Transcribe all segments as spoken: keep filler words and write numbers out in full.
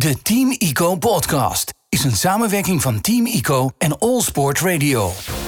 De Team Ico podcast is een samenwerking van Team Ico en All Sport Radio.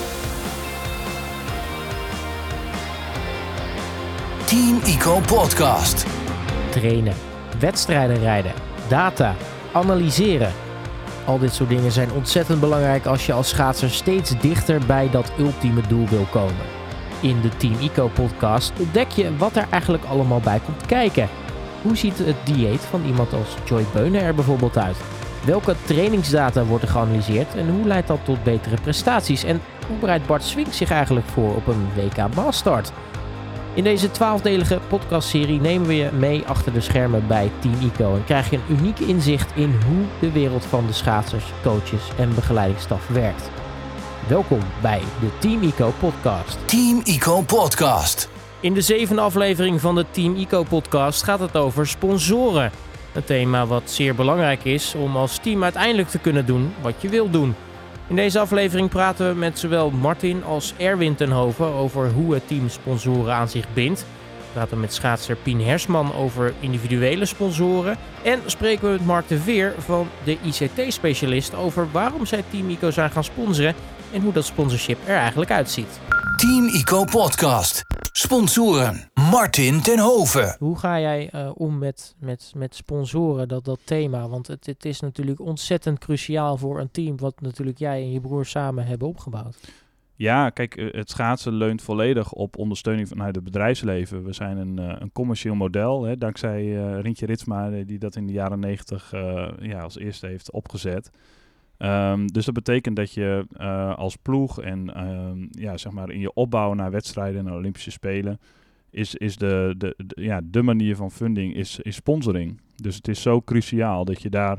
Team Ico podcast. Trainen, wedstrijden rijden, data, analyseren. Al dit soort dingen zijn ontzettend belangrijk als je als schaatser steeds dichter bij dat ultieme doel wil komen. In de Team Ico podcast ontdek je wat er eigenlijk allemaal bij komt kijken. Hoe ziet het dieet van iemand als Joy Beunen er bijvoorbeeld uit? Welke trainingsdata wordt er geanalyseerd en hoe leidt dat tot betere prestaties? En hoe bereidt Bart Swink zich eigenlijk voor op een W K Maastart? In deze twaalfdelige podcastserie nemen we je mee achter de schermen bij Team Ico en krijg je een uniek inzicht in hoe de wereld van de schaatsers, coaches en begeleidingsstaf werkt. Welkom bij de Team Ico podcast. Team Ico podcast. In de zevende aflevering van de Team Ico podcast gaat het over sponsoren. Een thema wat zeer belangrijk is om als team uiteindelijk te kunnen doen wat je wilt doen. In deze aflevering praten we met zowel Martin als Erwin ten Hove over hoe het team sponsoren aan zich bindt. We praten met schaatser Pien Hersman over individuele sponsoren. En spreken we met Mark de Veer van de I C T-specialist over waarom zij Team Ico zijn gaan sponsoren en hoe dat sponsorship er eigenlijk uitziet. Team Ico podcast. Sponsoren. Martin ten Hove. Hoe ga jij uh, om met, met, met sponsoren, dat, dat thema? Want het, het is natuurlijk ontzettend cruciaal voor een team wat natuurlijk jij en je broer samen hebben opgebouwd. Ja, kijk, het schaatsen leunt volledig op ondersteuning vanuit het bedrijfsleven. We zijn een, uh, een commercieel model, hè, dankzij uh, Rintje Ritsma, die dat in de jaren negentig uh, ja, als eerste heeft opgezet. Um, dus dat betekent dat je uh, als ploeg en um, ja, zeg maar in je opbouw naar wedstrijden en Olympische Spelen is, is de, de, de, ja, de manier van funding is, is sponsoring. Dus het is zo cruciaal dat je daar,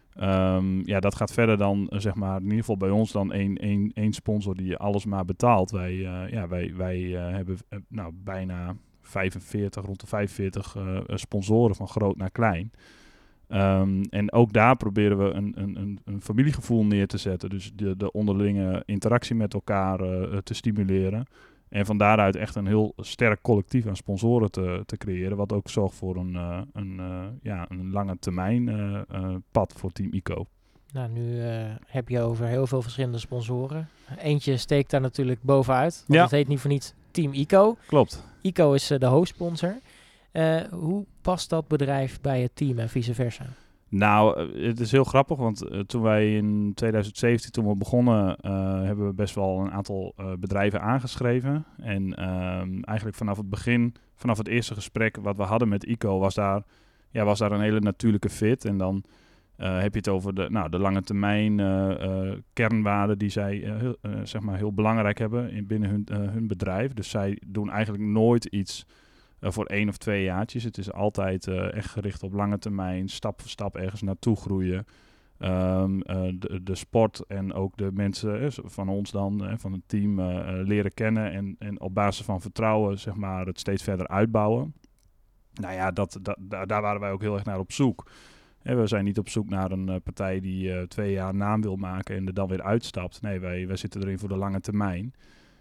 um, ja, dat gaat verder dan, zeg maar, in ieder geval bij ons dan één, één, één sponsor die je alles maar betaalt. Wij, uh, ja, wij, wij uh, hebben uh, nou, bijna vijfenveertig, rond de vijfenveertig uh, sponsoren van groot naar klein. Um, en ook daar proberen we een, een, een familiegevoel neer te zetten. Dus de, de onderlinge interactie met elkaar uh, te stimuleren. En van daaruit echt een heel sterk collectief aan sponsoren te, te creëren. Wat ook zorgt voor een, uh, een, uh, ja, een lange termijn uh, uh, pad voor Team Ico. Nou, nu uh, heb je over heel veel verschillende sponsoren. Eentje steekt daar natuurlijk bovenuit. Want ja. Het heet niet voor niets Team Ico. Klopt. Ico is uh, de hoofdsponsor. Uh, hoe past dat bedrijf bij het team en vice versa? Nou, uh, het is heel grappig, want uh, toen wij in twintig zeventien, toen we begonnen, uh, hebben we best wel een aantal uh, bedrijven aangeschreven. En uh, eigenlijk vanaf het begin, vanaf het eerste gesprek wat we hadden met Ico, was daar, ja, was daar een hele natuurlijke fit. En dan uh, heb je het over de, nou, de lange termijn uh, uh, kernwaarden die zij uh, heel, uh, zeg maar heel belangrijk hebben in, binnen hun, uh, hun bedrijf. Dus zij doen eigenlijk nooit iets Uh, voor één of twee jaartjes. Het is altijd uh, echt gericht op lange termijn, stap voor stap ergens naartoe groeien. Um, uh, de, de sport en ook de mensen uh, van ons dan, uh, van het team, uh, uh, leren kennen en, en op basis van vertrouwen, zeg maar, het steeds verder uitbouwen. Nou ja, dat, dat, da- daar waren wij ook heel erg naar op zoek. En we zijn niet op zoek naar een uh, partij die uh, twee jaar naam wil maken en er dan weer uitstapt. Nee, wij, wij zitten erin voor de lange termijn.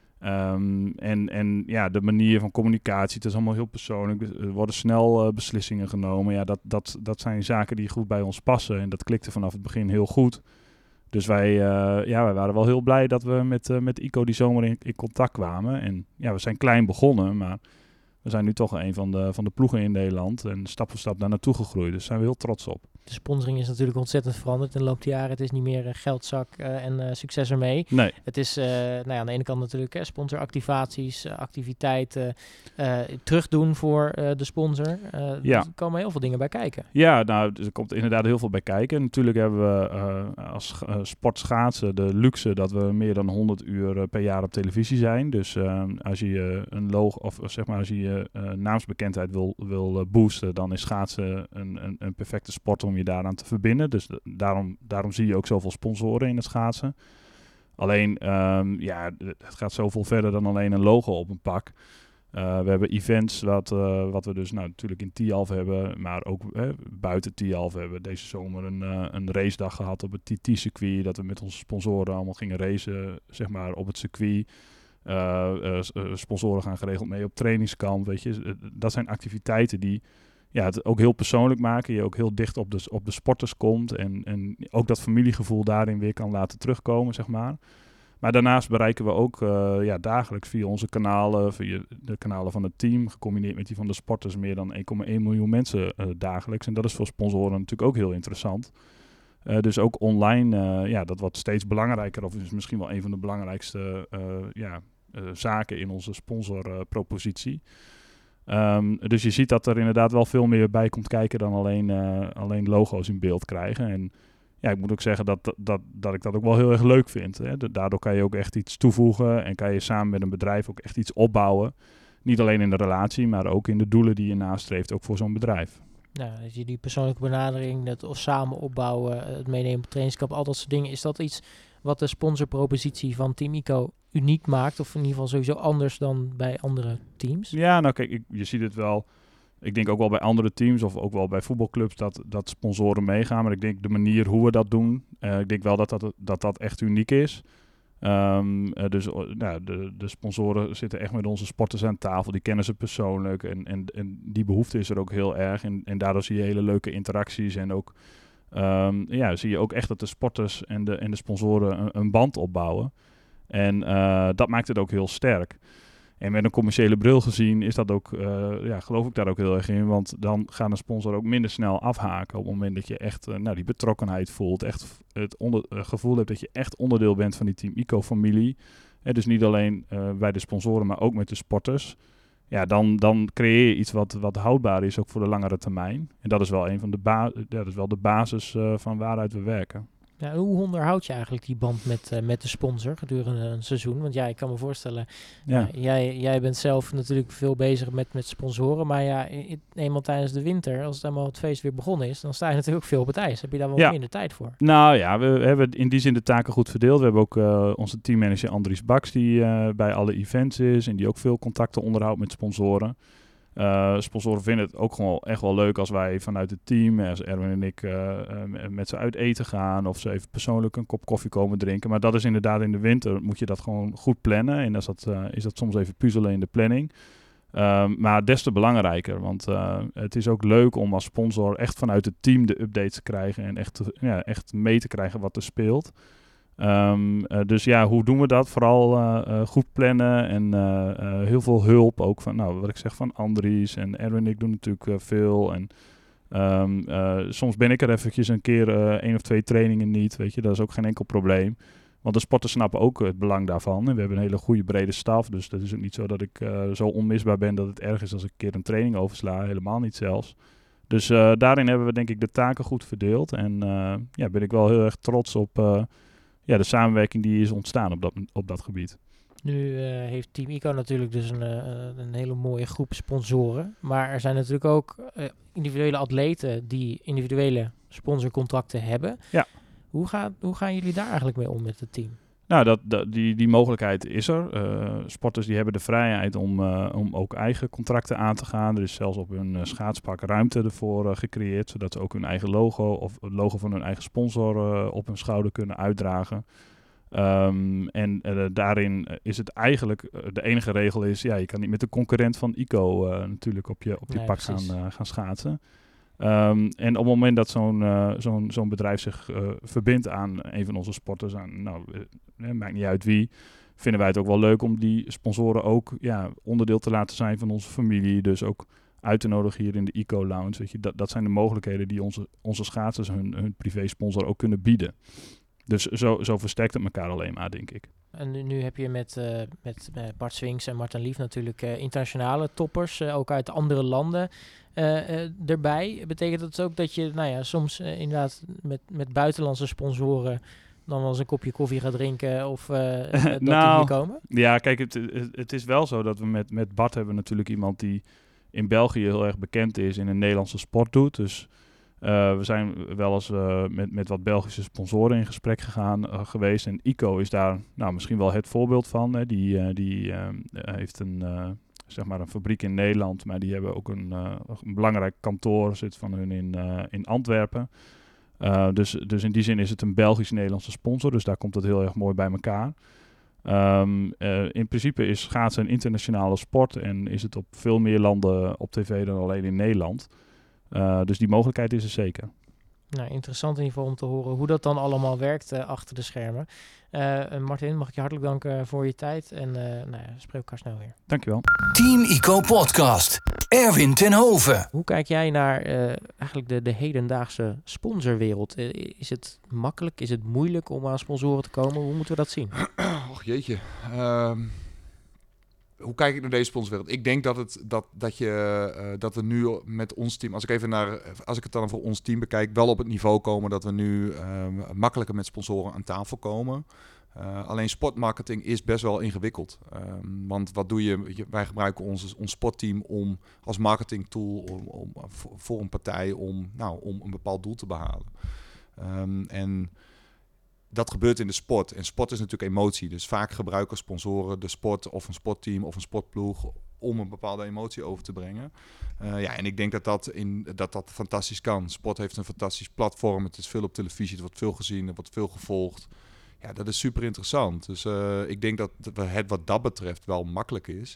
Um, en, en ja, de manier van communicatie, het is allemaal heel persoonlijk. Er worden snel uh, beslissingen genomen. Ja, dat, dat, dat zijn zaken die goed bij ons passen. En dat klikte vanaf het begin heel goed. Dus wij, uh, ja, wij waren wel heel blij dat we met, uh, met Ico die zomer in, in contact kwamen. En ja, we zijn klein begonnen, maar we zijn nu toch een van de, van de ploegen in Nederland. En stap voor stap daar naartoe gegroeid. Dus daar zijn we heel trots op. De sponsoring is natuurlijk ontzettend veranderd in de loop der jaren. Het is niet meer uh, geldzak uh, en uh, succes ermee. Nee. Het is uh, nou ja, aan de ene kant natuurlijk uh, sponsoractivaties, uh, activiteiten uh, terugdoen voor uh, de sponsor. Uh, Ja. Er komen heel veel dingen bij kijken. Ja, nou, er komt inderdaad heel veel bij kijken. Natuurlijk hebben we uh, als uh, sportschaatsen de luxe dat we meer dan honderd uur uh, per jaar op televisie zijn. Dus uh, als je uh, een logo of uh, zeg maar als je uh, naamsbekendheid wil, wil uh, boosten, dan is schaatsen een, een, een perfecte sport om je daaraan te verbinden. Dus de, daarom, daarom zie je ook zoveel sponsoren in het schaatsen. Alleen, um, ja, het gaat zoveel verder dan alleen een logo op een pak. Uh, we hebben events wat, uh, wat we dus nou, natuurlijk in Tialf hebben, maar ook eh, buiten Tialf hebben we deze zomer een, uh, een racedag gehad op het T T-circuit, dat we met onze sponsoren allemaal gingen racen, zeg maar, op het circuit. Uh, uh, sponsoren gaan geregeld mee op trainingskamp, weet je. Dat zijn activiteiten die ja, het ook heel persoonlijk maken. Je ook heel dicht op de, op de sporters komt. En, en ook dat familiegevoel daarin weer kan laten terugkomen, zeg maar. Maar daarnaast bereiken we ook uh, ja, dagelijks via onze kanalen, via de kanalen van het team, gecombineerd met die van de sporters, meer dan één komma één miljoen mensen uh, dagelijks. En dat is voor sponsoren natuurlijk ook heel interessant. Uh, dus ook online, uh, ja, dat wordt steeds belangrijker, of is misschien wel een van de belangrijkste uh, ja, uh, zaken in onze sponsorpropositie. Uh, um, dus je ziet dat er inderdaad wel veel meer bij komt kijken dan alleen, uh, alleen logo's in beeld krijgen. En ja, ik moet ook zeggen dat, dat, dat ik dat ook wel heel erg leuk vind. Hè. Daardoor kan je ook echt iets toevoegen en kan je samen met een bedrijf ook echt iets opbouwen. Niet alleen in de relatie, maar ook in de doelen die je nastreeft, ook voor zo'n bedrijf. Ja, dat je die persoonlijke benadering, dat of samen opbouwen, het meenemen op trainingskamp, al dat soort dingen. Is dat iets wat de sponsorpropositie van Team ICO uniek maakt? Of in ieder geval sowieso anders dan bij andere teams? Ja, nou kijk, ik, je ziet het wel. Ik denk ook wel bij andere teams of ook wel bij voetbalclubs dat, dat sponsoren meegaan. Maar ik denk de manier hoe we dat doen, uh, ik denk wel dat dat, dat, dat echt uniek is. Um, uh, dus uh, nou, de, de sponsoren zitten echt met onze sporters aan tafel. Die kennen ze persoonlijk. En, en, en die behoefte is er ook heel erg. En, en daardoor zie je hele leuke interacties. En ook um, ja, zie je ook echt dat de sporters en de, en de sponsoren een, een band opbouwen. En uh, dat maakt het ook heel sterk. En met een commerciële bril gezien is dat ook, uh, ja, geloof ik daar ook heel erg in. Want dan gaan een sponsor ook minder snel afhaken op het moment dat je echt uh, nou, die betrokkenheid voelt. Echt het onder, uh, gevoel hebt dat je echt onderdeel bent van die Team ICO-familie. En dus niet alleen uh, bij de sponsoren, maar ook met de sporters. Ja, dan, dan creëer je iets wat, wat houdbaar is ook voor de langere termijn. En dat is wel een van de, ba- ja, dat is wel de basis uh, van waaruit we werken. Ja, hoe onderhoud je eigenlijk die band met, uh, met de sponsor gedurende een seizoen? Want ja, ik kan me voorstellen, ja. uh, jij, jij bent zelf natuurlijk veel bezig met, met sponsoren. Maar ja, i- eenmaal tijdens de winter, als het allemaal het feest weer begonnen is, dan sta je natuurlijk ook veel op het ijs. Heb je daar wel ja. minder tijd voor? Nou ja, we hebben in die zin de taken goed verdeeld. We hebben ook uh, onze teammanager Andries Baks, die uh, bij alle events is en die ook veel contacten onderhoudt met sponsoren. Uh, sponsoren vinden het ook gewoon echt wel leuk als wij vanuit het team, als Erwin en ik, uh, uh, met ze uit eten gaan of ze even persoonlijk een kop koffie komen drinken. Maar dat is inderdaad in de winter, moet je dat gewoon goed plannen. En dan is dat, uh, is dat soms even puzzelen in de planning. Uh, maar des te belangrijker, want uh, het is ook leuk om als sponsor echt vanuit het team de updates te krijgen en echt, ja, echt mee te krijgen wat er speelt. Um, uh, dus ja, hoe doen we dat? Vooral uh, uh, goed plannen en uh, uh, heel veel hulp ook van, nou, wat ik zeg, van Andries en Erwin en ik doen natuurlijk uh, veel. En um, uh, soms ben ik er eventjes een keer uh, één of twee trainingen niet, weet je, dat is ook geen enkel probleem. Want de sporters snappen ook het belang daarvan. En we hebben een hele goede brede staf, dus dat is ook niet zo dat ik uh, zo onmisbaar ben dat het erg is als ik een keer een training oversla, helemaal niet zelfs. Dus uh, daarin hebben we denk ik de taken goed verdeeld en uh, ja, ben ik wel heel erg trots op uh, ja, de samenwerking die is ontstaan op dat, op dat gebied. Nu uh, heeft Team ICO natuurlijk dus een, uh, een hele mooie groep sponsoren. Maar er zijn natuurlijk ook uh, individuele atleten die individuele sponsorcontracten hebben. Ja. Hoe, gaat, hoe gaan jullie daar eigenlijk mee om met het team? Nou, dat, dat, die, die mogelijkheid is er. Uh, sporters die hebben de vrijheid om, uh, om ook eigen contracten aan te gaan. Er is zelfs op hun uh, schaatspak ruimte ervoor uh, gecreëerd, zodat ze ook hun eigen logo of het logo van hun eigen sponsor uh, op hun schouder kunnen uitdragen. Um, en uh, daarin is het eigenlijk, uh, de enige regel is, ja, je kan niet met de concurrent van ICO uh, natuurlijk op je, op je Nee, pak gaan, uh, gaan schaatsen. Um, en op het moment dat zo'n, uh, zo'n, zo'n bedrijf zich uh, verbindt aan een van onze sporters, aan, nou, uh, maakt niet uit wie, vinden wij het ook wel leuk om die sponsoren ook ja, onderdeel te laten zijn van onze familie. Dus ook uit te nodigen hier in de ICO Lounge. Weet je, dat, dat zijn de mogelijkheden die onze, onze schaatsers hun, hun privé sponsor ook kunnen bieden. Dus zo, zo versterkt het elkaar alleen maar, denk ik. En nu, nu heb je met, uh, met uh, Bart Swings en Martin Lief natuurlijk uh, internationale toppers, uh, ook uit andere landen uh, uh, erbij. Betekent dat ook dat je nou ja, soms uh, inderdaad met, met buitenlandse sponsoren dan wel eens een kopje koffie gaat drinken of uh, dat nou, die hier komen? Ja, kijk, het, het, het is wel zo dat we met, met Bart hebben natuurlijk iemand die in België heel erg bekend is in een Nederlandse sport doet. Dus Uh, we zijn wel eens uh, met, met wat Belgische sponsoren in gesprek gegaan uh, geweest. En ICO is daar nou, misschien wel het voorbeeld van. Hè. Die, uh, die uh, heeft een, uh, zeg maar een fabriek in Nederland, maar die hebben ook een, uh, een belangrijk kantoor, zit van hun in, uh, in Antwerpen. Uh, dus, dus in die zin is het een Belgisch-Nederlandse sponsor, dus daar komt het heel erg mooi bij elkaar. Um, uh, in principe is schaatsen een internationale sport en is het op veel meer landen op tv dan alleen in Nederland. Uh, dus die mogelijkheid is er zeker. Nou, interessant in ieder geval om te horen hoe dat dan allemaal werkt uh, achter de schermen. Uh, Martin, mag ik je hartelijk danken voor je tijd. En uh, nou ja, spreek elkaar snel weer. Dankjewel. Team Ico Podcast. Erwin ten Hove. Hoe kijk jij naar uh, eigenlijk de, de hedendaagse sponsorwereld? Uh, is het makkelijk? Is het moeilijk om aan sponsoren te komen? Hoe moeten we dat zien? Och jeetje. Um... Hoe kijk ik naar deze sponsorwereld? Ik denk dat het dat dat je uh, dat we nu met ons team, als ik even naar, als ik het dan voor ons team bekijk, wel op het niveau komen dat we nu uh, makkelijker met sponsoren aan tafel komen. Uh, alleen sportmarketing is best wel ingewikkeld. Um, want wat doe je? Wij gebruiken ons, ons sportteam om als marketingtool om, om, voor een partij om, nou, om een bepaald doel te behalen. Um, en dat gebeurt in de sport. En sport is natuurlijk emotie. Dus vaak gebruiken sponsoren de sport of een sportteam of een sportploeg om een bepaalde emotie over te brengen. Uh, ja, en ik denk dat dat, in, dat dat fantastisch kan. Sport heeft een fantastisch platform. Het is veel op televisie, het wordt veel gezien, het wordt veel gevolgd. Ja, dat is super interessant. Dus uh, ik denk dat het wat dat betreft wel makkelijk is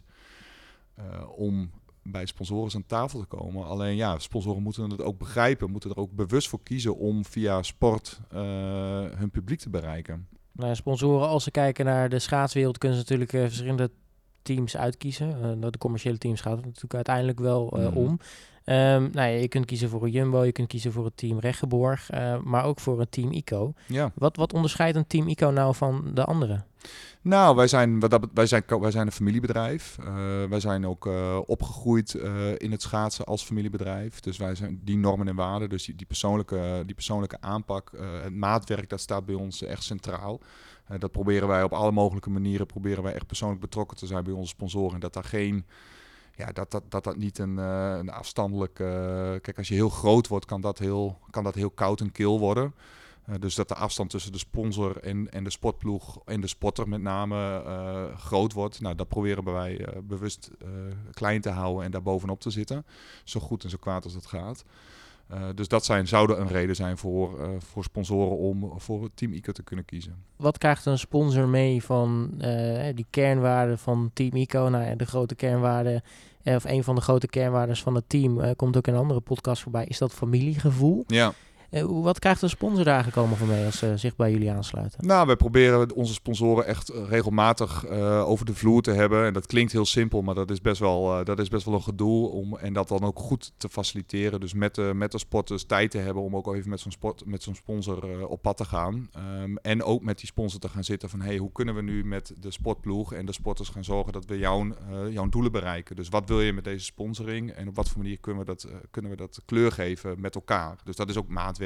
uh, om bij sponsoren aan tafel te komen. Alleen ja, sponsoren moeten het ook begrijpen, moeten er ook bewust voor kiezen om via sport uh, hun publiek te bereiken. Nou, sponsoren, als ze kijken naar de schaatswereld, kunnen ze natuurlijk uh, verschillende teams uitkiezen. Uh, de commerciële teams gaat het natuurlijk uiteindelijk wel uh, mm. om. Um, nou ja, je kunt kiezen voor een Jumbo, je kunt kiezen voor het team Reggeborg, uh, maar ook voor een team Ico. Ja. Wat, wat onderscheidt een team Ico nou van de andere? Nou, wij zijn, wij zijn, wij zijn een familiebedrijf. Uh, wij zijn ook uh, opgegroeid uh, in het schaatsen als familiebedrijf. Dus wij zijn die normen en waarden, dus die, die, persoonlijke, die persoonlijke aanpak, uh, het maatwerk, dat staat bij ons echt centraal. Uh, dat proberen wij op alle mogelijke manieren, proberen wij echt persoonlijk betrokken te zijn bij onze sponsoren. En dat daar geen... Ja, dat dat, dat dat niet een, uh, een afstandelijk... Uh, kijk, als je heel groot wordt, kan dat heel, kan dat heel koud en kil worden. Uh, dus dat de afstand tussen de sponsor en, en de sportploeg en de sporter met name uh, groot wordt. Nou, dat proberen wij uh, bewust uh, klein te houden en daar bovenop te zitten. Zo goed en zo kwaad als dat gaat. Uh, dus dat zijn, zouden een reden zijn voor, uh, voor sponsoren om voor het Team Ico te kunnen kiezen. Wat krijgt een sponsor mee van uh, die kernwaarden van Team Ico? Nou ja, de grote kernwaarden, uh, of een van de grote kernwaarden van het team, uh, komt ook in een andere podcast voorbij, is dat familiegevoel. Ja. Uh, wat krijgt een sponsor daar eigenlijk allemaal van mee als ze uh, zich bij jullie aansluiten? Nou, wij proberen onze sponsoren echt uh, regelmatig uh, over de vloer te hebben. En dat klinkt heel simpel, maar dat is best wel, uh, dat is best wel een gedoe om en dat dan ook goed te faciliteren. Dus met de, met de sporters tijd te hebben om ook even met zo'n, sport, met zo'n sponsor uh, op pad te gaan. Um, en ook met die sponsor te gaan zitten van, hey, hoe kunnen we nu met de sportploeg en de sporters gaan zorgen dat we jouw, uh, jouw doelen bereiken? Dus wat wil je met deze sponsoring en op wat voor manier kunnen we dat, uh, kunnen we dat kleur geven met elkaar? Dus dat is ook maatwerk.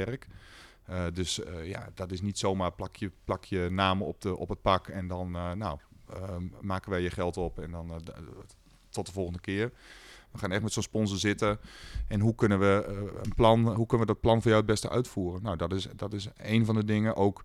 Uh, dus uh, ja, dat is niet zomaar plak je, plak je namen op, de, op het pak en dan uh, nou, uh, maken wij je geld op en dan uh, d- tot de volgende keer. We gaan echt met zo'n sponsor zitten en hoe kunnen we uh, een plan, hoe kunnen we dat plan voor jou het beste uitvoeren? Nou, dat is, dat is een van de dingen. Ook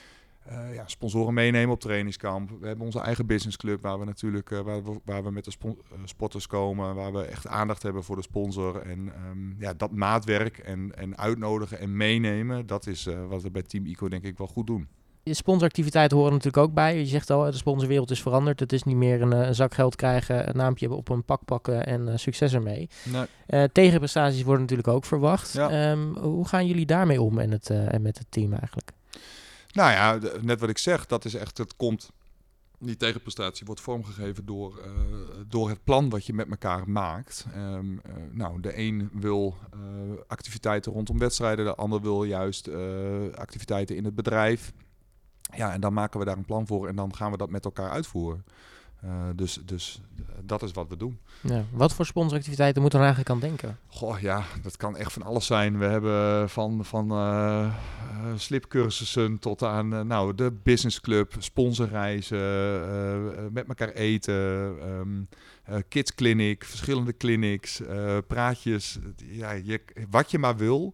uh, ja, sponsoren meenemen op trainingskamp. We hebben onze eigen businessclub waar we natuurlijk uh, waar, we, waar we met de spon- uh, sporters komen, waar we echt aandacht hebben voor de sponsor. En um, ja, dat maatwerk en, en uitnodigen en meenemen, dat is uh, wat we bij Team Ico denk ik wel goed doen. De sponsoractiviteiten horen natuurlijk ook bij. Je zegt al, de sponsorwereld is veranderd. Het is niet meer een, een zak geld krijgen, een naampje op een pak pakken en uh, succes ermee. Nee. Uh, tegenprestaties worden natuurlijk ook verwacht. Ja. Um, hoe gaan jullie daarmee om en, het, uh, en met het team eigenlijk? Nou ja, de, net wat ik zeg, dat is echt, het komt, die tegenprestatie wordt vormgegeven door, uh, door het plan wat je met elkaar maakt. Um, uh, nou, de een wil uh, activiteiten rondom wedstrijden, de ander wil juist uh, activiteiten in het bedrijf. Ja, en dan maken we daar een plan voor en dan gaan we dat met elkaar uitvoeren. Uh, dus, dus uh, dat is wat we doen. Ja, wat voor sponsoractiviteiten moeten we er eigenlijk aan denken? Goh, ja, dat kan echt van alles zijn. We hebben van, van uh, uh, slipcursussen tot aan uh, nou, de businessclub, sponsorreizen, uh, uh, met elkaar eten, um, uh, kids clinic, verschillende clinics, uh, praatjes, ja, je, wat je maar wil.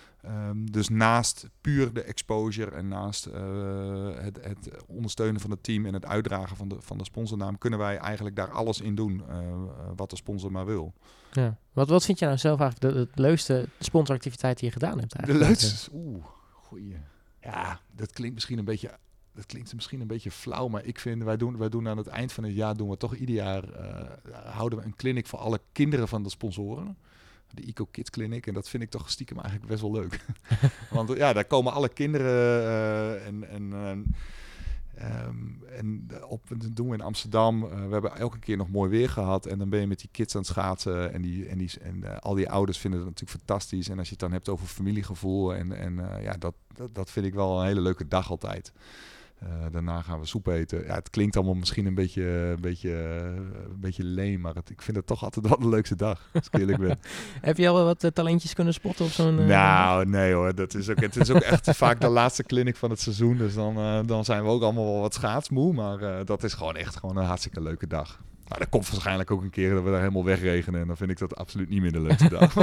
Um, dus naast puur de exposure en naast uh, het, het ondersteunen van het team en het uitdragen van de, van de sponsornaam, kunnen wij eigenlijk daar alles in doen uh, wat de sponsor maar wil. Ja. Wat, wat vind je nou zelf eigenlijk de, de leukste sponsoractiviteit die je gedaan hebt eigenlijk? De leukste? Oeh, goeie. Ja, dat klinkt misschien een beetje... Dat klinkt misschien een beetje flauw, maar ik vind, wij doen, wij doen aan het eind van het jaar, doen we toch ieder jaar, uh, houden we een clinic voor alle kinderen van de sponsoren. de Ico Kids Clinic. En dat vind ik toch stiekem eigenlijk best wel leuk. Want ja, daar komen alle kinderen uh, en... en uh, Um, en op, dat doen we in Amsterdam. Uh, we hebben elke keer nog mooi weer gehad. En dan ben je met die kids aan het schaatsen. En, die, en, die, en uh, al die ouders vinden het natuurlijk fantastisch. En als je het dan hebt over familiegevoel. En, en uh, ja, dat, dat, dat vind ik wel een hele leuke dag altijd. Uh, daarna gaan we soep eten. Ja, het klinkt allemaal misschien een beetje, een beetje, een beetje leem. Maar het, ik vind het toch altijd wel de leukste dag. Als ik eerlijk ben. Heb je al wat uh, talentjes kunnen spotten op zo'n... Uh, nou, nee hoor. Dat is ook, het is ook echt vaak de laatste clinic van het seizoen. Dus dan, uh, dan zijn we ook allemaal wel wat schaatsmoe. Maar uh, dat is gewoon echt gewoon een hartstikke leuke dag. Nou, dat komt waarschijnlijk ook een keer dat we daar helemaal wegregenen. En dan vind ik dat absoluut niet meer de leukste dag.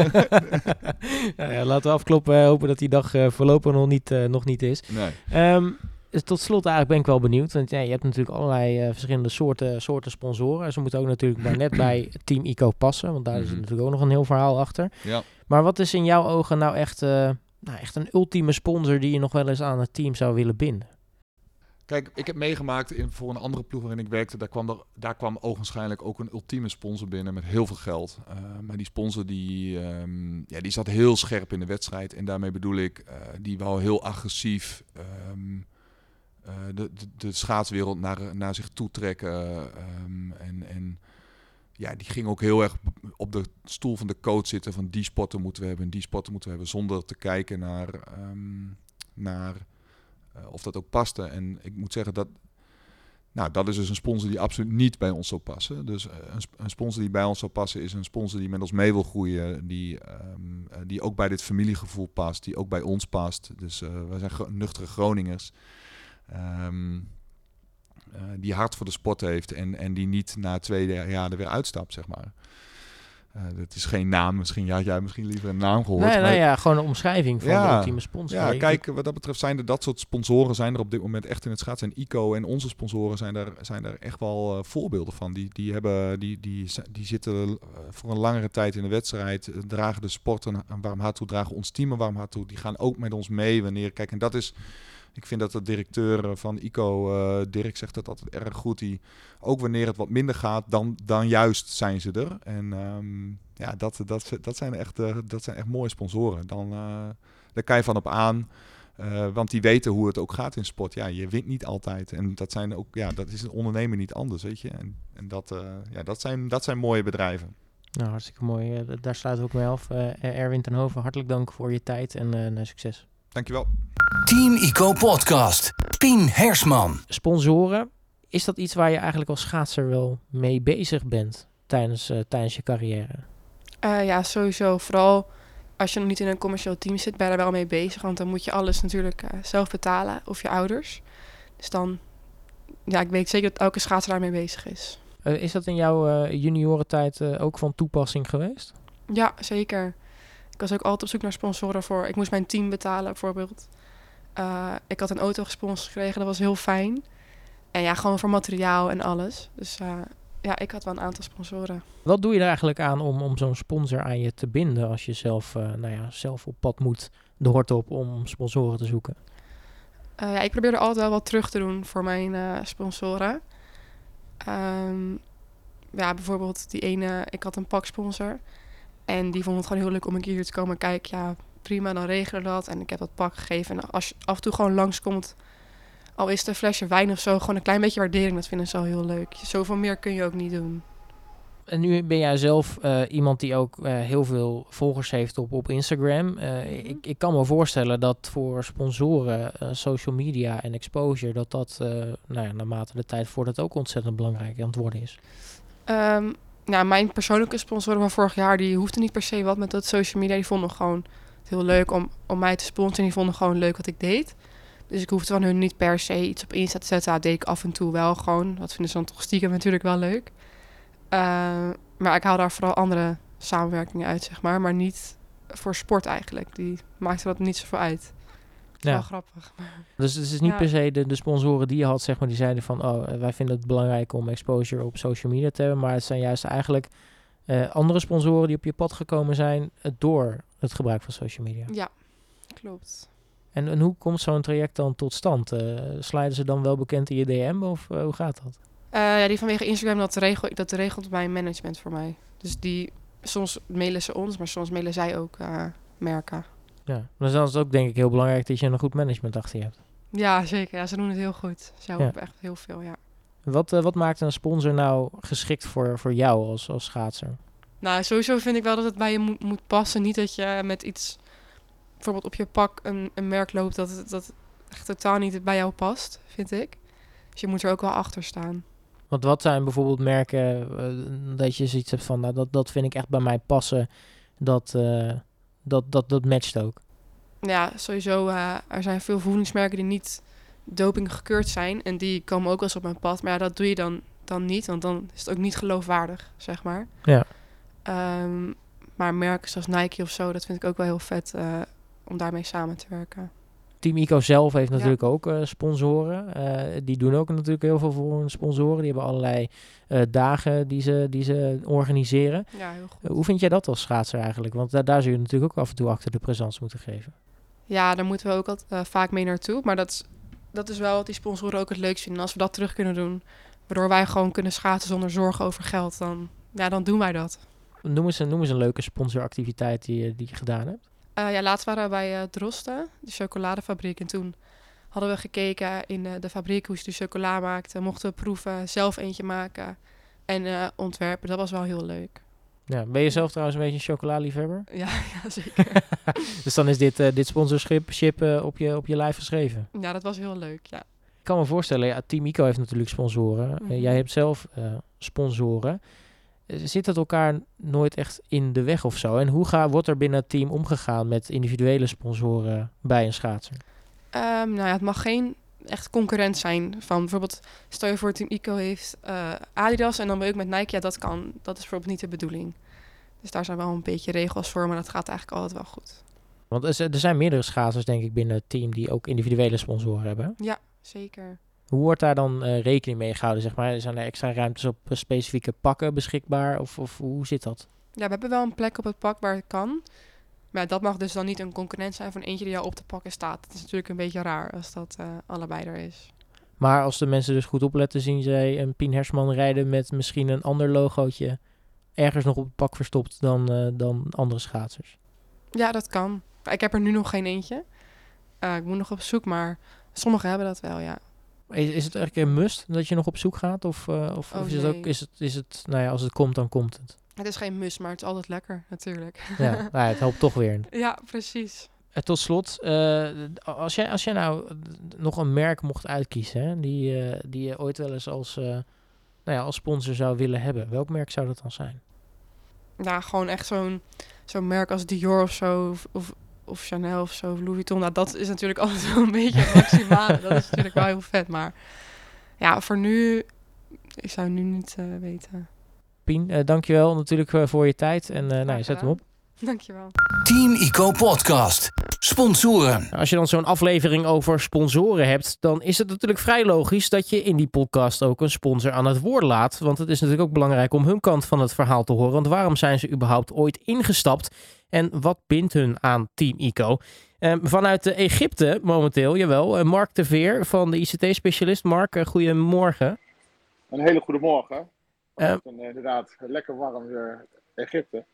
nou ja, laten we afkloppen. Uh, hopen dat die dag uh, voorlopig nog niet, uh, nog niet is. Nee. Um, Dus tot slot eigenlijk ben ik wel benieuwd. Want ja, je hebt natuurlijk allerlei uh, verschillende soorten, soorten sponsoren. Ze moeten ook natuurlijk maar net bij Team Ico passen. Want daar mm-hmm. is natuurlijk ook nog een heel verhaal achter. Ja. Maar wat is in jouw ogen nou echt, uh, nou echt een ultieme sponsor die je nog wel eens aan het team zou willen binden? Kijk, ik heb meegemaakt in, voor een andere ploeg waarin ik werkte. Daar kwam, er, daar kwam ogenschijnlijk ook een ultieme sponsor binnen met heel veel geld. Uh, maar die sponsor die, um, ja, die zat heel scherp in de wedstrijd. En daarmee bedoel ik, uh, die wou heel agressief... Um, Uh, de, de, de schaatswereld naar, naar zich toe trekken. Um, en, en ja, die ging ook heel erg op de stoel van de coach zitten van die sporten moeten we hebben en die sporten moeten we hebben, zonder te kijken naar, um, naar uh, of dat ook paste. En ik moet zeggen dat, nou, dat is dus een sponsor die absoluut niet bij ons zou passen. Dus uh, een, een sponsor die bij ons zou passen is een sponsor die met ons mee wil groeien, die, um, uh, die ook bij dit familiegevoel past, die ook bij ons past. Dus uh, wij zijn gro- nuchtere Groningers. Um, uh, die hart voor de sport heeft en, en die niet na twee jaar er weer uitstapt, zeg maar. Uh, dat is geen naam, misschien had jij misschien liever een naam gehoord. Nee, maar nou ja, gewoon een omschrijving van ja, de ultieme sponsor. Ja, kijk, wat dat betreft zijn er dat soort sponsoren zijn er op dit moment echt in het schaatsen. En Ico en onze sponsoren zijn er, zijn er echt wel uh, voorbeelden van. Die, die, hebben, die, die, die zitten uh, voor een langere tijd in de wedstrijd, uh, dragen de sport een, een warm hart toe, dragen ons team een warm hart toe. Die gaan ook met ons mee wanneer, kijk, en dat is... Ik vind dat de directeur van Ico, uh, Dirk zegt dat altijd erg goed. Die, ook wanneer het wat minder gaat, dan, dan juist zijn ze er. En um, ja, dat, dat, dat, zijn echt, uh, dat zijn echt mooie sponsoren. Dan, uh, daar kan je van op aan. Uh, want die weten hoe het ook gaat in sport. Ja, je wint niet altijd. En dat zijn ook, ja, dat is een ondernemer niet anders, weet je. En, en dat, uh, ja, dat, zijn, dat zijn mooie bedrijven. Nou, hartstikke mooi. Uh, daar sluiten we ook mee af. Uh, Erwin ten Hove, hartelijk dank voor je tijd en uh, succes. Dankjewel. Team Ico Podcast. Pien Hersman. Sponsoren, is dat iets waar je eigenlijk als schaatser wel mee bezig bent tijdens, uh, tijdens je carrière? Uh, ja, sowieso. Vooral als je nog niet in een commercieel team zit, ben je daar wel mee bezig. Want dan moet je alles natuurlijk uh, zelf betalen, of je ouders. Dus dan, ja, ik weet zeker dat elke schaatser daarmee bezig is. Uh, is dat in jouw uh, juniorentijd uh, ook van toepassing geweest? Ja, zeker. Ik was ook altijd op zoek naar sponsoren voor. Ik moest mijn team betalen, bijvoorbeeld. Uh, ik had een auto gesponsord gekregen, dat was heel fijn. En ja, gewoon voor materiaal en alles. Dus uh, ja, ik had wel een aantal sponsoren. Wat doe je er eigenlijk aan om, om zo'n sponsor aan je te binden als je zelf, uh, nou ja, zelf op pad moet de hort op om sponsoren te zoeken? Uh, ja, ik probeer er altijd wel wat terug te doen voor mijn uh, sponsoren. Um, ja, bijvoorbeeld die ene, ik had een paksponsor. En die vond het gewoon heel leuk om een keer hier te komen kijken. Ja, prima, dan regelen we dat. En ik heb dat pak gegeven. En als je af en toe gewoon langskomt, al is het een flesje wijn of zo, gewoon een klein beetje waardering, dat vinden ze al heel leuk. Zoveel meer kun je ook niet doen. En nu ben jij zelf uh, iemand die ook uh, heel veel volgers heeft op, op Instagram. Uh, mm-hmm. ik, ik kan me voorstellen dat voor sponsoren, uh, social media en exposure, dat dat uh, nou ja, naarmate de tijd voordat ook ontzettend belangrijk aan het worden is. Um, nou, mijn persoonlijke sponsoren van vorig jaar, die hoefden niet per se wat met dat social media. Die vonden gewoon het heel leuk om, om mij te sponsoren. Die vonden gewoon leuk wat ik deed. Dus ik hoefde van hun niet per se iets op Insta te zetten. Dat deed ik af en toe wel gewoon. Dat vinden ze dan toch stiekem natuurlijk wel leuk. Uh, maar ik haal daar vooral andere samenwerkingen uit, zeg maar. Maar niet voor sport eigenlijk. Die maakte dat niet zoveel uit. Ja. Wel grappig. Maar... Dus het is niet ja. per se de, de sponsoren die je had, zeg maar, die zeiden van, oh, wij vinden het belangrijk om exposure op social media te hebben. Maar het zijn juist eigenlijk uh, andere sponsoren die op je pad gekomen zijn uh, door het gebruik van social media. Ja, klopt. En, en hoe komt zo'n traject dan tot stand? Uh, slijden ze dan wel bekend in je D M of uh, hoe gaat dat? Uh, ja, die vanwege Instagram, dat, regel, dat regelt mijn management voor mij. Dus die soms mailen ze ons, maar soms mailen zij ook uh, merken. Ja, dus dan is het ook denk ik heel belangrijk dat je een goed management achter je hebt. Ja, zeker. Ja, ze doen het heel goed. Ze helpen Ja. echt heel veel, ja. Wat, uh, wat maakt een sponsor nou geschikt voor, voor jou als, als schaatser? Nou, sowieso vind ik wel dat het bij je moet, moet passen. Niet dat je met iets, bijvoorbeeld op je pak, een, een merk loopt dat, het, dat echt totaal niet bij jou past, vind ik. Dus je moet er ook wel achter staan. Want wat zijn bijvoorbeeld merken uh, dat je zoiets hebt van, nou, dat, dat vind ik echt bij mij passen. Dat, uh, dat, dat, dat matcht ook. Ja, sowieso. Uh, er zijn veel voedingsmerken die niet doping gekeurd zijn. En die komen ook wel eens op mijn pad. Maar ja, dat doe je dan, dan niet. Want dan is het ook niet geloofwaardig, zeg maar. Ja. Um, maar merken zoals Nike of zo, dat vind ik ook wel heel vet uh, om daarmee samen te werken. Team Ico zelf heeft natuurlijk ja. ook uh, sponsoren. Uh, die doen ook natuurlijk heel veel voor hun sponsoren. Die hebben allerlei uh, dagen die ze, die ze organiseren. Ja, heel goed. Uh, hoe vind jij dat als schaatser eigenlijk? Want da- daar zul je natuurlijk ook af en toe achter de présence moeten geven. Ja, daar moeten we ook altijd, uh, vaak mee naartoe. Maar dat is, dat is wel wat die sponsoren ook het leukst vinden. Als we dat terug kunnen doen, waardoor wij gewoon kunnen schaatsen zonder zorgen over geld, dan, ja, dan doen wij dat. Noem eens, noem eens een leuke sponsoractiviteit die, die je gedaan hebt. Uh, ja, laatst waren we bij uh, Drosten, de chocoladefabriek. En toen hadden we gekeken in uh, de fabriek hoe ze de chocola maakten. Mochten we proeven, zelf eentje maken en uh, ontwerpen. Dat was wel heel leuk. Ja, ben je zelf trouwens een beetje een chocolaliefhebber? Ja, ja zeker. Dus dan is dit, uh, dit sponsorship uh, op, je, op je lijf geschreven? Ja, dat was heel leuk, ja. Ik kan me voorstellen, ja, Team Ico heeft natuurlijk sponsoren. Mm-hmm. Uh, jij hebt zelf uh, sponsoren. Zit het elkaar nooit echt in de weg of zo? En hoe ga, wordt er binnen het team omgegaan met individuele sponsoren bij een schaatser? Um, nou ja, het mag geen echt concurrent zijn. Van bijvoorbeeld, stel je voor Team Ico heeft uh, Adidas en dan wil ik met Nike. Ja, dat kan. Dat is bijvoorbeeld niet de bedoeling. Dus daar zijn wel een beetje regels voor, maar dat gaat eigenlijk altijd wel goed. Want er zijn meerdere schaatsers denk ik binnen het team die ook individuele sponsoren hebben. Ja, zeker. Hoe wordt daar dan uh, rekening mee gehouden? Zeg maar? Zijn er extra ruimtes op uh, specifieke pakken beschikbaar? Of, of hoe zit dat? Ja, we hebben wel een plek op het pak waar het kan. Maar dat mag dus dan niet een concurrent zijn van eentje die jou op de pakken staat. Het is natuurlijk een beetje raar als dat uh, allebei er is. Maar als de mensen dus goed opletten, zien zij een Pien Hersman rijden met misschien een ander logootje ergens nog op het pak verstopt dan, uh, dan andere schaatsers? Ja, dat kan. Ik heb er nu nog geen eentje. Uh, ik moet nog op zoek, maar sommigen hebben dat wel, ja. Is, is het eigenlijk een must dat je nog op zoek gaat? Of, uh, of, oh, of is, nee. het ook, is, het, is het, nou ja, als het komt, dan komt het? Het is geen must, maar het is altijd lekker, natuurlijk. Ja, nou ja, het helpt toch weer. Ja, precies. En tot slot, uh, als, jij, als jij nou nog een merk mocht uitkiezen, hè, die, uh, die je ooit wel eens als, uh, nou ja, als sponsor zou willen hebben, welk merk zou dat dan zijn? Ja, gewoon echt zo'n, zo'n merk als Dior of zo, of, of, of Chanel of zo, of Louis Vuitton. Nou, dat is natuurlijk altijd wel een beetje maximaal. Dat is natuurlijk wel heel vet, maar ja, voor nu, ik zou nu niet uh, weten. Pien, uh, dankjewel natuurlijk uh, voor je tijd en uh, nou, je zet hem op. Dankjewel. Team Ico Podcast. Sponsoren. Als je dan zo'n aflevering over sponsoren hebt, dan is het natuurlijk vrij logisch dat je in die podcast ook een sponsor aan het woord laat. Want het is natuurlijk ook belangrijk om hun kant van het verhaal te horen. Want waarom zijn ze überhaupt ooit ingestapt? En wat bindt hun aan Team Ico? Uh, vanuit uh, Egypte momenteel, jawel, uh, Mark de Veer van de I C T-specialist. Mark, uh, goedemorgen. Een hele goede morgen. Uh, uh, inderdaad, lekker warm uh, Egypte.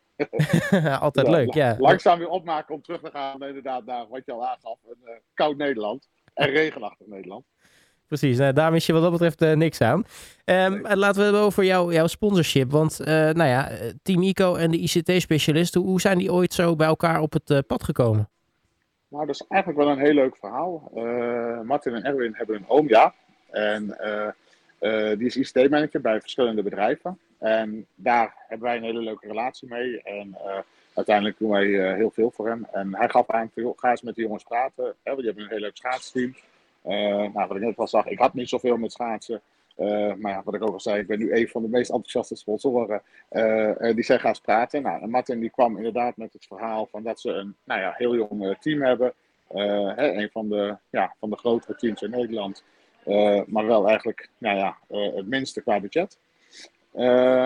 Altijd ja, leuk, ja. Langzaam weer opmaken om terug te gaan inderdaad naar wat je al aangaf. Een uh, koud Nederland en regenachtig Nederland. Precies, nou, daar mis je wat dat betreft uh, niks aan. Um, nee. Laten we het hebben over jou, jouw sponsorship. Want uh, nou ja, Team Ico en de I C T-specialist, hoe, hoe zijn die ooit zo bij elkaar op het uh, pad gekomen? Nou, dat is eigenlijk wel een heel leuk verhaal. Uh, Martin en Erwin hebben een oom, ja. En uh, uh, die is I C T-manager bij verschillende bedrijven. En daar hebben wij een hele leuke relatie mee. En uh, uiteindelijk doen wij uh, heel veel voor hem. En hij gaf aan, ga eens met de jongens praten. Hè, want die hebben een heel leuk schaatsteam. Uh, nou, wat ik net al zag, ik had niet zoveel met schaatsen. Uh, maar ja, wat ik ook al zei, ik ben nu een van de meest enthousiaste sponsoren. Uh, uh, die zei, ga eens praten. Nou, en Martin die kwam inderdaad met het verhaal van dat ze een nou ja, heel jong uh, team hebben. Uh, hè, een van de, ja, van de grotere teams in Nederland. Uh, maar wel eigenlijk nou ja, uh, het minste qua budget. Uh,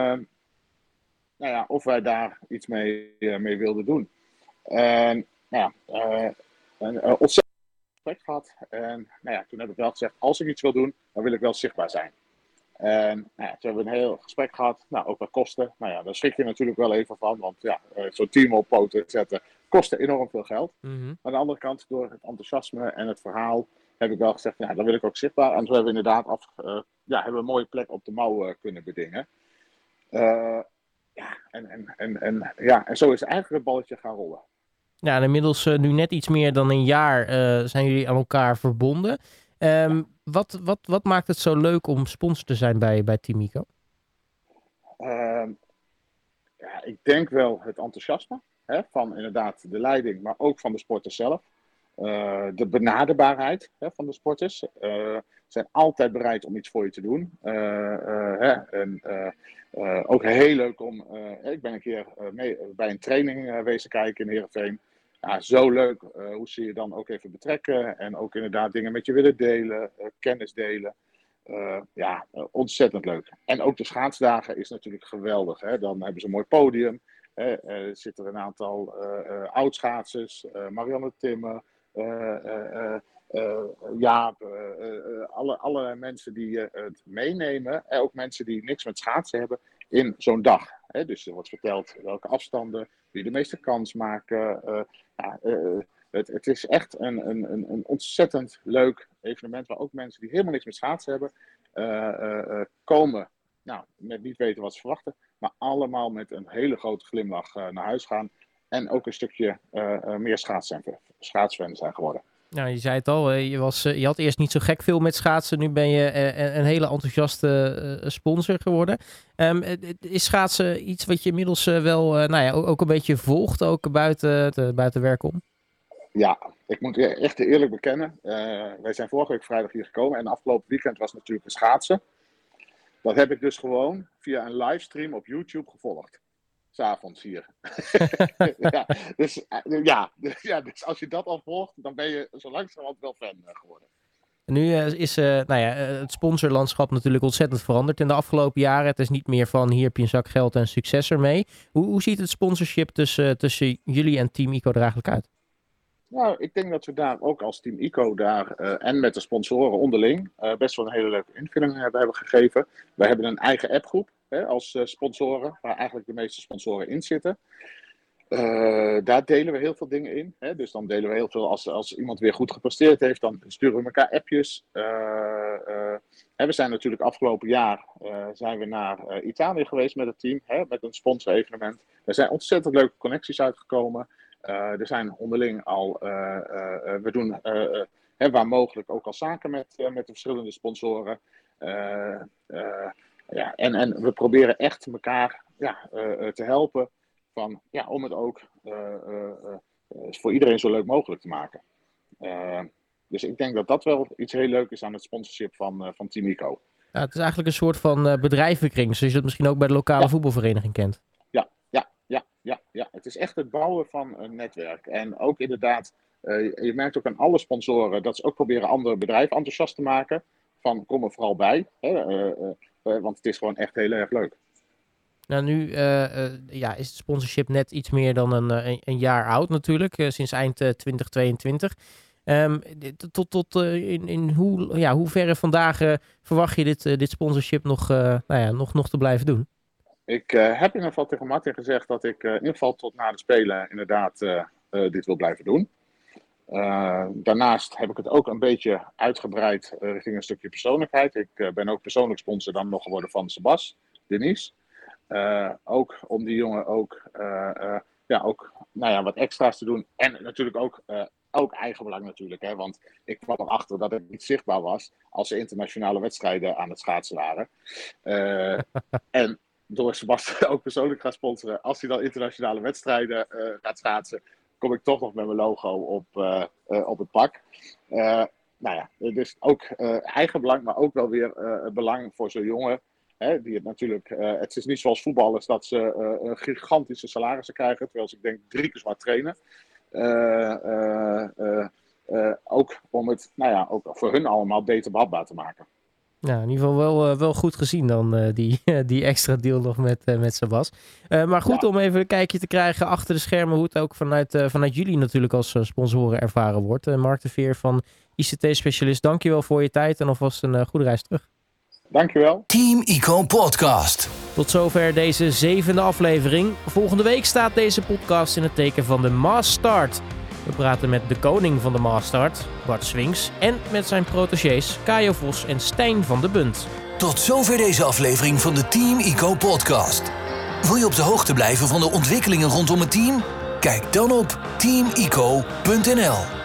nou ja, of wij daar iets mee, uh, mee wilden doen. En nou ja, uh, een uh, ontzettend gesprek gehad. En nou ja, toen heb ik wel gezegd, als ik iets wil doen, dan wil ik wel zichtbaar zijn. En nou ja, toen hebben we een heel gesprek gehad. Nou, ook wat kosten. Nou ja, daar schrik je natuurlijk wel even van. Want ja, uh, zo'n team op poten zetten kostte enorm veel geld. Mm-hmm. Maar aan de andere kant, door het enthousiasme en het verhaal, heb ik wel gezegd, nou, dan wil ik ook zichtbaar. En zo hebben we inderdaad af, uh, ja, hebben we een mooie plek op de mouw uh, kunnen bedingen. Uh, ja, en, en, en, en, ja, en zo is eigenlijk het balletje gaan rollen. Ja, en inmiddels uh, nu net iets meer dan een jaar uh, zijn jullie aan elkaar verbonden. Um, ja. wat, wat, wat maakt het zo leuk om sponsor te zijn bij, bij Team Ico? Uh, ja, ik denk wel het enthousiasme, hè, van inderdaad de leiding, maar ook van de sporters zelf. Uh, de benaderbaarheid, hè, van de sporters. Uh, zijn altijd bereid om iets voor je te doen. Uh, uh, hè, en, uh, uh, ook heel leuk om... Uh, ik ben een keer uh, mee, bij een training uh, wezen kijken in Heerenveen. Ja, zo leuk uh, hoe ze je dan ook even betrekken. En ook inderdaad dingen met je willen delen. Uh, kennis delen. Uh, ja, uh, ontzettend leuk. En ook de schaatsdagen is natuurlijk geweldig. Hè? Dan hebben ze een mooi podium. Hè? Uh, er zitten een aantal uh, uh, oudschaatsers. Uh, Marianne Timmer. Uh, uh, uh, Jaap. Uh, uh, alle, alle mensen die uh, het meenemen. En ook mensen die niks met schaatsen hebben. In zo'n dag. Hè? Dus er wordt verteld welke afstanden. Wie de meeste kans maken. Uh, ja, uh, het, het is echt een, een, een, een ontzettend leuk evenement. Waar ook mensen die helemaal niks met schaatsen hebben. Uh, uh, uh, komen. Nou, met niet weten wat ze verwachten. Maar allemaal met een hele grote glimlach uh, naar huis gaan. En ook een stukje uh, uh, meer schaatsfan zijn geworden. Nou, je zei het al, je, was, je had eerst niet zo gek veel met schaatsen. Nu ben je een hele enthousiaste sponsor geworden. Um, is schaatsen iets wat je inmiddels wel nou ja, ook een beetje volgt, ook buiten, het, buiten werk om? Ja, ik moet echt eerlijk bekennen. Uh, wij zijn vorige week vrijdag hier gekomen en afgelopen weekend was natuurlijk de schaatsen. Dat heb ik dus gewoon via een livestream op YouTube gevolgd. 's avonds hier. ja, dus, ja, ja, dus als je dat al volgt, dan ben je zo langzamerhand wel fan geworden. Nu uh, is uh, nou ja, het sponsorlandschap natuurlijk ontzettend veranderd in de afgelopen jaren. Het is niet meer van hier heb je een zak geld en succes ermee. Hoe, hoe ziet het sponsorship tussen, tussen jullie en Team Ico er eigenlijk uit? Nou, ik denk dat we daar ook als Team Ico daar uh, en met de sponsoren onderling uh, best wel een hele leuke invulling hebben, hebben gegeven. Wij hebben een eigen appgroep hè, als uh, sponsoren, waar eigenlijk de meeste sponsoren in zitten. Uh, daar delen we heel veel dingen in. Hè? Dus dan delen we heel veel, als, als iemand weer goed gepresteerd heeft, dan sturen we elkaar appjes. Uh, uh, hè, we zijn natuurlijk afgelopen jaar uh, zijn we naar uh, Italië geweest met het team, hè, met een sponsorevenement. Er zijn ontzettend leuke connecties uitgekomen. Uh, er zijn onderling al, uh, uh, uh, we doen uh, uh, hè, waar mogelijk ook al zaken met, uh, met de verschillende sponsoren. Uh, uh, ja, en, en we proberen echt elkaar ja, uh, te helpen van, ja, om het ook uh, uh, uh, voor iedereen zo leuk mogelijk te maken. Uh, dus ik denk dat dat wel iets heel leuk is aan het sponsorship van, uh, van Team Ico. Ja, het is eigenlijk een soort van uh, bedrijvenkring, zoals je dat misschien ook bij de lokale ja. voetbalvereniging kent. Ja, ja, ja, ja, ja, het is echt het bouwen van een netwerk. En ook inderdaad, uh, je merkt ook aan alle sponsoren dat ze ook proberen andere bedrijven enthousiast te maken. Van kom er vooral bij, hè, uh, uh, uh, want het is gewoon echt heel erg leuk. Nou, nu uh, uh, ja, is het sponsorship net iets meer dan een, een, een jaar oud natuurlijk, uh, sinds eind uh, twintig tweeëntwintig. Um, tot tot uh, in, in hoe, ja, hoe verre vandaag uh, verwacht je dit, uh, dit sponsorship nog, uh, nou ja, nog, nog te blijven doen? Ik uh, heb in ieder geval tegen Martin gezegd dat ik uh, in ieder geval tot na de Spelen inderdaad uh, uh, dit wil blijven doen. Uh, daarnaast heb ik het ook een beetje uitgebreid uh, richting een stukje persoonlijkheid. Ik uh, ben ook persoonlijk sponsor dan nog geworden van Sebas, Denise. Uh, ook om die jongen ook, uh, uh, ja, ook nou ja, wat extra's te doen. En natuurlijk ook, uh, ook eigenbelang natuurlijk. Hè, want ik kwam erachter dat het niet zichtbaar was als ze internationale wedstrijden aan het schaatsen waren. Uh, en door Sebas ook persoonlijk gaan sponsoren. Als hij dan internationale wedstrijden uh, gaat schaatsen, kom ik toch nog met mijn logo op, uh, uh, op het pak. Uh, nou ja, dus ook uh, eigenbelang, maar ook wel weer uh, belang voor zo'n jongen. Hè, die het natuurlijk, uh, het is niet zoals voetballers dat ze uh, een gigantische salarissen krijgen, terwijl ze, ik denk, drie keer zwaar trainen. Uh, uh, uh, uh, ook om het, nou ja, ook voor hun allemaal beter behapbaar te maken. Nou, in ieder geval wel, uh, wel goed gezien dan, uh, die, uh, die extra deal nog met, uh, met Sebas. Uh, maar goed, ja. Om even een kijkje te krijgen achter de schermen, hoe het ook vanuit, uh, vanuit jullie natuurlijk als uh, sponsoren ervaren wordt. Uh, Mark de Veer van I C T-specialist, dankjewel voor je tijd en alvast een uh, goede reis terug. Dankjewel. Team Ico Podcast. Tot zover deze zevende aflevering. Volgende week staat deze podcast in het teken van de Mass Start. We praten met de koning van de Mass Start, Bart Swings, en met zijn protégés Kajo Vos en Stijn van de Bunt. Tot zover deze aflevering van de Team Ico Podcast. Wil je op de hoogte blijven van de ontwikkelingen rondom het team? Kijk dan op team ico punt n l.